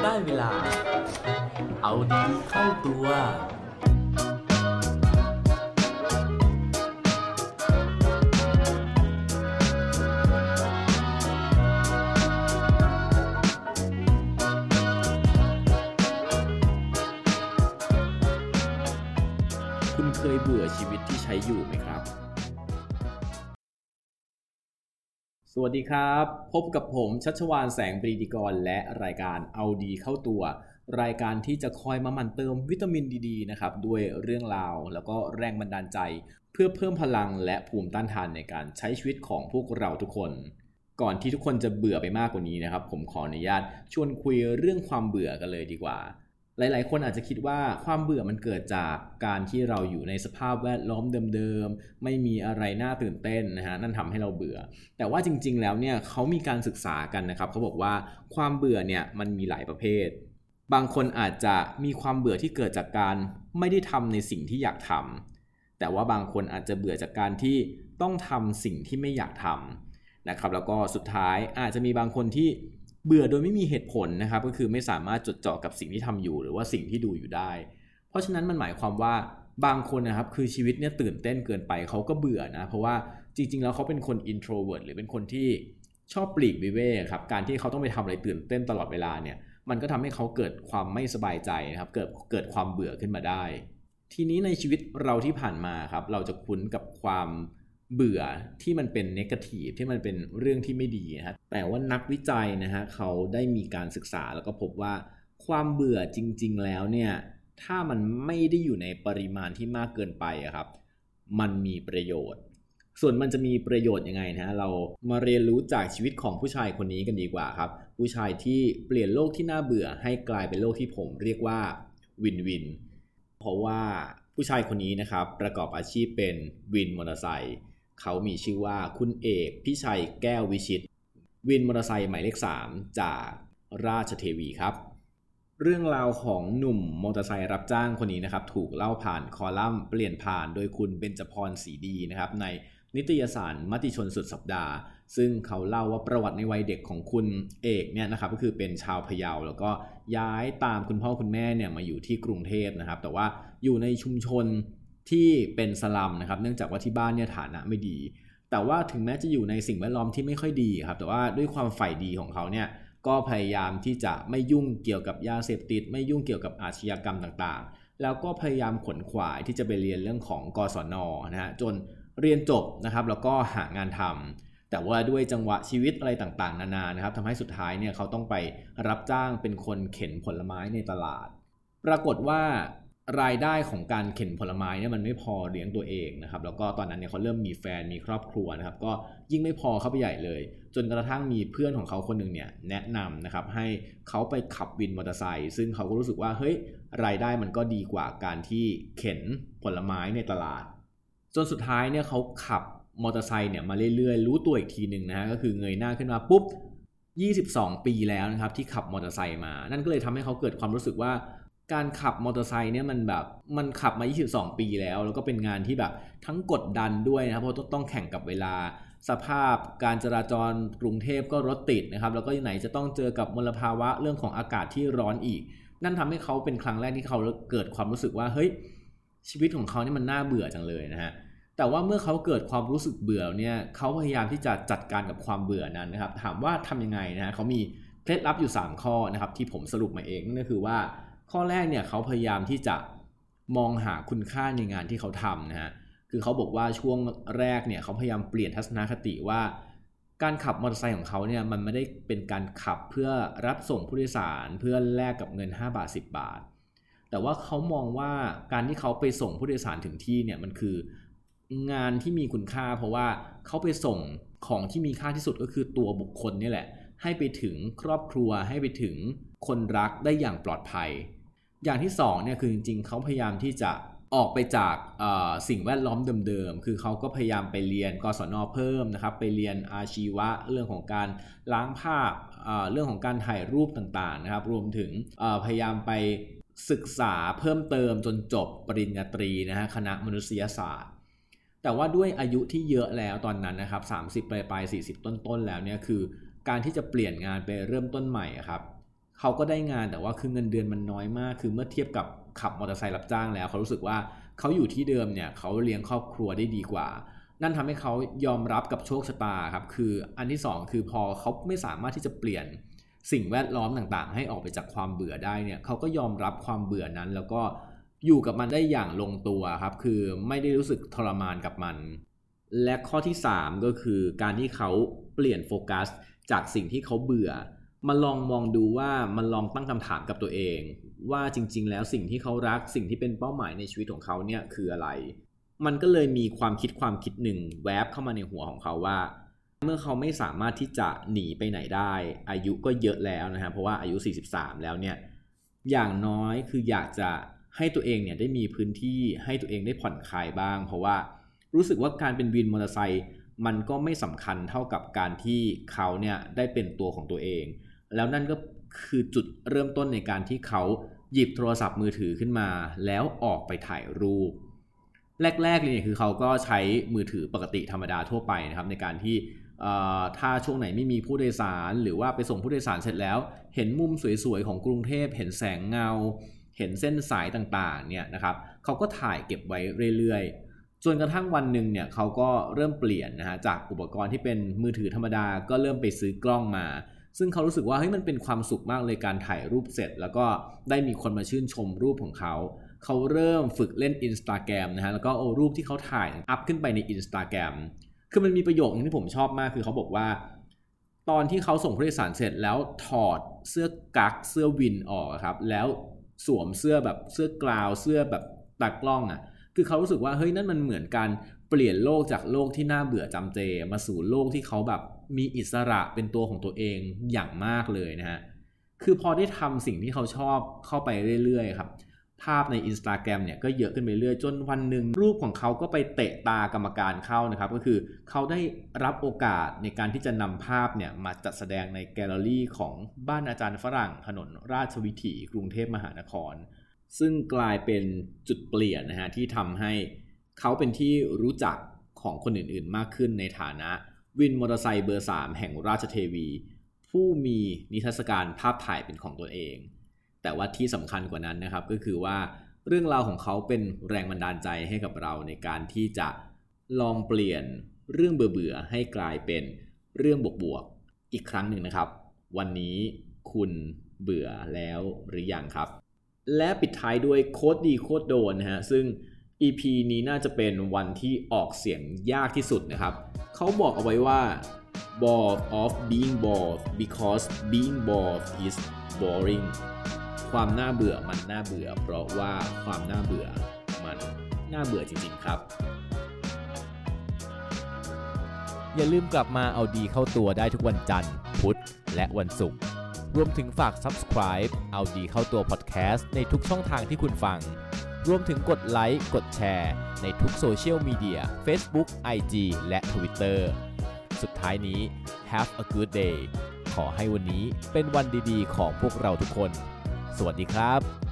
ได้เวลาเอาดีเข้าตัวคุณเคยเบื่อชีวิตที่ใช้อยู่ไหมครับสวัสดีครับพบกับผมชัชวาลแสงปรีดีกรและรายการเอาดีเข้าตัวรายการที่จะคอยมาหมั่นเติมวิตามินดีๆนะครับด้วยเรื่องราวแล้วก็แรงบันดาลใจเพื่อเพิ่มพลังและภูมิต้านทานในการใช้ชีวิตของพวกเราทุกคนก่อนที่ทุกคนจะเบื่อไปมากกว่านี้นะครับผมขออนุญาตชวนคุยเรื่องความเบื่อกันเลยดีกว่าหลายๆคนอาจจะคิดว่าความเบื่อมันเกิดจากการที่เราอยู่ในสภาพแวดล้อมเดิมๆไม่มีอะไรน่าตื่นเต้นนะฮะนั่นทำให้เราเบื่อแต่ว่าจริงๆแล้วเนี่ยเขามีการศึกษากันนะครับเขาบอกว่าความเบื่อเนี่ยมันมีหลายประเภทบางคนอาจจะมีความเบื่อที่เกิดจากการไม่ได้ทำในสิ่งที่อยากทำแต่ว่าบางคนอาจจะเบื่อจากการที่ต้องทำสิ่งที่ไม่อยากทำนะครับแล้วก็สุดท้ายอาจจะมีบางคนที่เบื่อโดยไม่มีเหตุผลนะครับก็คือไม่สามารถจดจ่อกับสิ่งที่ทำอยู่หรือว่าสิ่งที่ดูอยู่ได้เพราะฉะนั้นมันหมายความว่าบางคนนะครับคือชีวิตเนี่ยตื่นเต้นเกินไปเขาก็เบื่อนะเพราะว่าจริงๆแล้วเขาเป็นคน introvert หรือเป็นคนที่ชอบปลีกวิเวกครับการที่เขาต้องไปทำอะไรตื่นเต้นตลอดเวลาเนี่ยมันก็ทำให้เขาเกิดความไม่สบายใจนะครับเกิดความเบื่อขึ้นมาได้ทีนี้ในชีวิตเราที่ผ่านมาครับเราจะคุ้นกับความเบื่อที่มันเป็นเนกาทีฟที่มันเป็นเรื่องที่ไม่ดีนะฮะแต่ว่านักวิจัยนะฮะเขาได้มีการศึกษาแล้วก็พบว่าความเบื่อจริงๆแล้วเนี่ยถ้ามันไม่ได้อยู่ในปริมาณที่มากเกินไปครับมันมีประโยชน์ส่วนมันจะมีประโยชน์ยังไงนะฮะเรามาเรียนรู้จากชีวิตของผู้ชายคนนี้กันดีกว่าครับผู้ชายที่เปลี่ยนโลกที่น่าเบื่อให้กลายเป็นโลกที่ผมเรียกว่าวินวินเพราะว่าผู้ชายคนนี้นะครับประกอบอาชีพเป็นวินมอเตอร์ไซค์เขามีชื่อว่าคุณเอกพิชัยแก้ววิชิตวินมอเตอร์ไซค์หมายเลข3จากราชเทวีครับเรื่องราวของหนุ่มมอเตอร์ไซค์รับจ้างคนนี้นะครับถูกเล่าผ่านคอลัมน์เปลี่ยนผ่านโดยคุณเบญจพรศรีดีนะครับในนิตยสารมติชนสุดสัปดาห์ซึ่งเขาเล่าว่าประวัติในวัยเด็กของคุณเอกเนี่ยนะครับก็คือเป็นชาวพะเยาแล้วก็ย้ายตามคุณพ่อคุณแม่เนี่ยมาอยู่ที่กรุงเทพนะครับแต่ว่าอยู่ในชุมชนที่เป็นสลัมนะครับเนื่องจากว่าที่บ้านเนี่ยฐานะไม่ดีแต่ว่าถึงแม้จะอยู่ในสิ่งแวดล้อมที่ไม่ค่อยดีครับแต่ว่าด้วยความใฝ่ดีของเขาเนี่ยก็พยายามที่จะไม่ยุ่งเกี่ยวกับยาเสพติดไม่ยุ่งเกี่ยวกับอาชญากรรมต่างๆแล้วก็พยายามขวนขวายที่จะไปเรียนเรื่องของกศน.นะฮะจนเรียนจบนะครับแล้วก็หางานทำแต่ว่าด้วยจังหวะชีวิตอะไรต่างๆนานานะครับทำให้สุดท้ายเนี่ยเขาต้องไปรับจ้างเป็นคนเข็นผลไม้ในตลาดปรากฏว่ารายได้ของการเข็นผลไม้เนี่ยมันไม่พอเลี้ยงตัวเองนะครับแล้วก็ตอนนั้นเนี่ยเขาเริ่มมีแฟนมีครอบครัวนะครับก็ยิ่งไม่พอเข้าไปใหญ่เลยจนกระทั่งมีเพื่อนของเขาคนหนึ่งเนี่ยแนะนำนะครับให้เขาไปขับวินมอเตอร์ไซค์ซึ่งเขาก็รู้สึกว่าเฮ้ยรายได้มันก็ดีกว่าการที่เข็นผลไม้ในตลาดจนสุดท้ายเนี่ยเขาขับมอเตอร์ไซค์เนี่ยมาเรื่อยๆรู้ตัวอีกทีนึงนะฮะก็คือเงยหน้าขึ้นมาปุ๊บ22 ปีแล้วนะครับที่ขับมอเตอร์ไซค์มานั่นก็เลยทำให้เขาเกิดความรู้สึกว่าการขับมอเตอร์ไซค์เนี่ยมันขับมา22 ปีแล้วก็เป็นงานที่แบบทั้งกดดันด้วยนะครับเพราะต้องแข่งกับเวลาสภาพการจราจรกรุงเทพก็รถติดนะครับแล้วก็ไหนจะต้องเจอกับมลภาวะเรื่องของอากาศที่ร้อนอีกนั่นทำให้เขาเป็นครั้งแรกที่เขาเกิดความรู้สึกว่าเฮ้ยชีวิตของเขานี่มันน่าเบื่อจังเลยนะฮะแต่ว่าเมื่อเขาเกิดความรู้สึกเบื่อเนี่ยเขาพยายามที่จะจัดการกับความเบื่อนั้นนะครับถามว่าทำยังไงนะฮะเขามีเคล็ดลับอยู่3ข้อนะครับที่ผมสรุปมาเองนั่นก็คือว่าข้อแรกเนี่ยเขาพยายามที่จะมองหาคุณค่าในงานที่เขาทำนะฮะคือเขาบอกว่าช่วงแรกเนี่ยเขาพยายามเปลี่ยนทัศนคติว่าการขับมอเตอร์ไซค์ของเขาเนี่ยมันไม่ได้เป็นการขับเพื่อรับส่งผู้โดยสารเพื่อแลกกับเงิน5 บาท10 บาทแต่ว่าเขามองว่าการที่เขาไปส่งผู้โดยสารถึงที่เนี่ยมันคืองานที่มีคุณค่าเพราะว่าเขาไปส่งของที่มีค่าที่สุดก็คือตัวบุคคลนี่แหละให้ไปถึงครอบครัวให้ไปถึงคนรักได้อย่างปลอดภัยอย่างที่2เนี่ยคือจริงๆเขาพยายามที่จะออกไปจากสิ่งแวดล้อมเดิมๆคือเขาก็พยายามไปเรียนกศน.เพิ่มนะครับไปเรียนอาชีวะเรื่องของการล้างภาพเรื่องของการถ่ายรูปต่างๆนะครับรวมถึงพยายามไปศึกษาเพิ่มเติมจนจบปริญญาตรีนะฮะคณะมนุษยศาสตร์แต่ว่าด้วยอายุที่เยอะแล้วตอนนั้นนะครับ30ปลายๆ40ต้นๆแล้วเนี่ยคือการที่จะเปลี่ยนงานไปเริ่มต้นใหม่ครับเขาก็ได้งานแต่ว่าคือเงินเดือนมันน้อยมากคือเมื่อเทียบกับขับมอเตอร์ไซค์รับจ้างแล้วเขารู้สึกว่าเขาอยู่ที่เดิมเนี่ยเขาเลี้ยงครอบครัวได้ดีกว่านั่นทำให้เขายอมรับกับโชคชะตาครับคืออันที่2คือพอเขาไม่สามารถที่จะเปลี่ยนสิ่งแวดล้อมต่างๆให้ออกไปจากความเบื่อได้เนี่ยเขาก็ยอมรับความเบื่อนั้นแล้วก็อยู่กับมันได้อย่างลงตัวครับคือไม่ได้รู้สึกทรมานกับมันและข้อที่3ก็คือการที่เขาเปลี่ยนโฟกัสจากสิ่งที่เขาเบื่อมาลองมองดูว่ามันลองตั้งคำถามกับตัวเองว่าจริงๆแล้วสิ่งที่เขารักสิ่งที่เป็นเป้าหมายในชีวิตของเขาเนี่ยคืออะไรมันก็เลยมีความคิดหนึ่งแวบเข้ามาในหัวของเขาว่าเมื่อเขาไม่สามารถที่จะหนีไปไหนได้อายุก็เยอะแล้วนะฮะเพราะว่าอายุ43แล้วเนี่ยอย่างน้อยคืออยากจะให้ตัวเองเนี่ยได้มีพื้นที่ให้ตัวเองได้ผ่อนคลายบ้างเพราะว่ารู้สึกว่าการเป็นวินมอเตอร์ไซค์มันก็ไม่สำคัญเท่ากับการที่เขาเนี่ยได้เป็นตัวของตัวเองแล้วนั่นก็คือจุดเริ่มต้นในการที่เขาหยิบโทรศัพท์มือถือขึ้นมาแล้วออกไปถ่ายรูปแรกๆเลยเนี่ยคือเขาก็ใช้มือถือปกติธรรมดาทั่วไปนะครับในการที่ถ้าช่วงไหนไม่มีผู้โดยสารหรือว่าไปส่งผู้โดยสารเสร็จแล้วเห็นมุมสวยๆของกรุงเทพเห็นแสงเงาเห็นเส้นสายต่างๆเนี่ยนะครับเขาก็ถ่ายเก็บไว้เรื่อยๆจนกระทั่งวันหนึ่งเนี่ยเขาก็เริ่มเปลี่ยนนะฮะจากอุปกรณ์ที่เป็นมือถือธรรมดาก็เริ่มไปซื้อกล้องมาซึ่งเขารู้สึกว่าเฮ้ยมันเป็นความสุขมากเลยการถ่ายรูปเสร็จแล้วก็ได้มีคนมาชื่นชมรูปของเขาเริ่มฝึกเล่น Instagram นะฮะแล้วก็เอารูปที่เขาถ่ายอัพขึ้นไปใน Instagram คือมันมีประโยคนึงที่ผมชอบมากคือเขาบอกว่าตอนที่เขาส่งผู้โดยสารเสร็จแล้วถอดเสื้อกั๊กเสื้อวินออกครับแล้วสวมเสื้อแบบเสื้อกลาวเสื้อแบบตากล้องอ่ะคือเขารู้สึกว่าเฮ้ยนั่นมันเหมือนการเปลี่ยนโลกจากโลกที่น่าเบื่อจำเจมาสู่โลกที่เขาแบบมีอิสระเป็นตัวของตัวเองอย่างมากเลยนะฮะคือพอได้ทำสิ่งที่เขาชอบเข้าไปเรื่อยๆครับภาพใน Instagram เนี่ยก็เยอะขึ้นไปเรื่อยจนวันหนึ่งรูปของเขาก็ไปเตะตากรรมการเข้านะครับก็คือเขาได้รับโอกาสในการที่จะนำภาพเนี่ยมาจัดแสดงในแกลเลอรี่ของบ้านอาจารย์ฝรั่งถนนราชวิถีกรุงเทพมหานครซึ่งกลายเป็นจุดเปลี่ยนนะฮะที่ทำให้เขาเป็นที่รู้จักของคนอื่นๆมากขึ้นในฐานะวินมอเตอร์ไซค์เบอร์3แห่งราชเทวีผู้มีนิทรรศการภาพถ่ายเป็นของตนเองแต่ว่าที่สำคัญกว่านั้นนะครับก็คือว่าเรื่องราวของเขาเป็นแรงบันดาลใจให้กับเราในการที่จะลองเปลี่ยนเรื่องเบื่อๆให้กลายเป็นเรื่องบวกๆอีกครั้งหนึ่งนะครับวันนี้คุณเบื่อแล้วหรือยังครับและปิดท้ายด้วยโค้ดดีโค้ดโดนนะฮะซึ่ง EP นี้น่าจะเป็นวันที่ออกเสียงยากที่สุดนะครับเขาบอกเอาไว้ว่า bored of being bored because being bored is boring ความน่าเบื่อมันน่าเบื่อเพราะว่าความน่าเบื่อมันน่าเบื่อจริงๆครับอย่าลืมกลับมาเอาดีเข้าตัวได้ทุกวันจันทร์พุธและวันศุกร์รวมถึงฝาก Subscribe เอาดีเข้าตัว Podcast ในทุกช่องทางที่คุณฟังรวมถึงกดไลค์กดแชร์ในทุกโซเชียลมีเดีย Facebook IG และ Twitter สุดท้ายนี้ Have a good day ขอให้วันนี้เป็นวันดีๆของพวกเราทุกคนสวัสดีครับ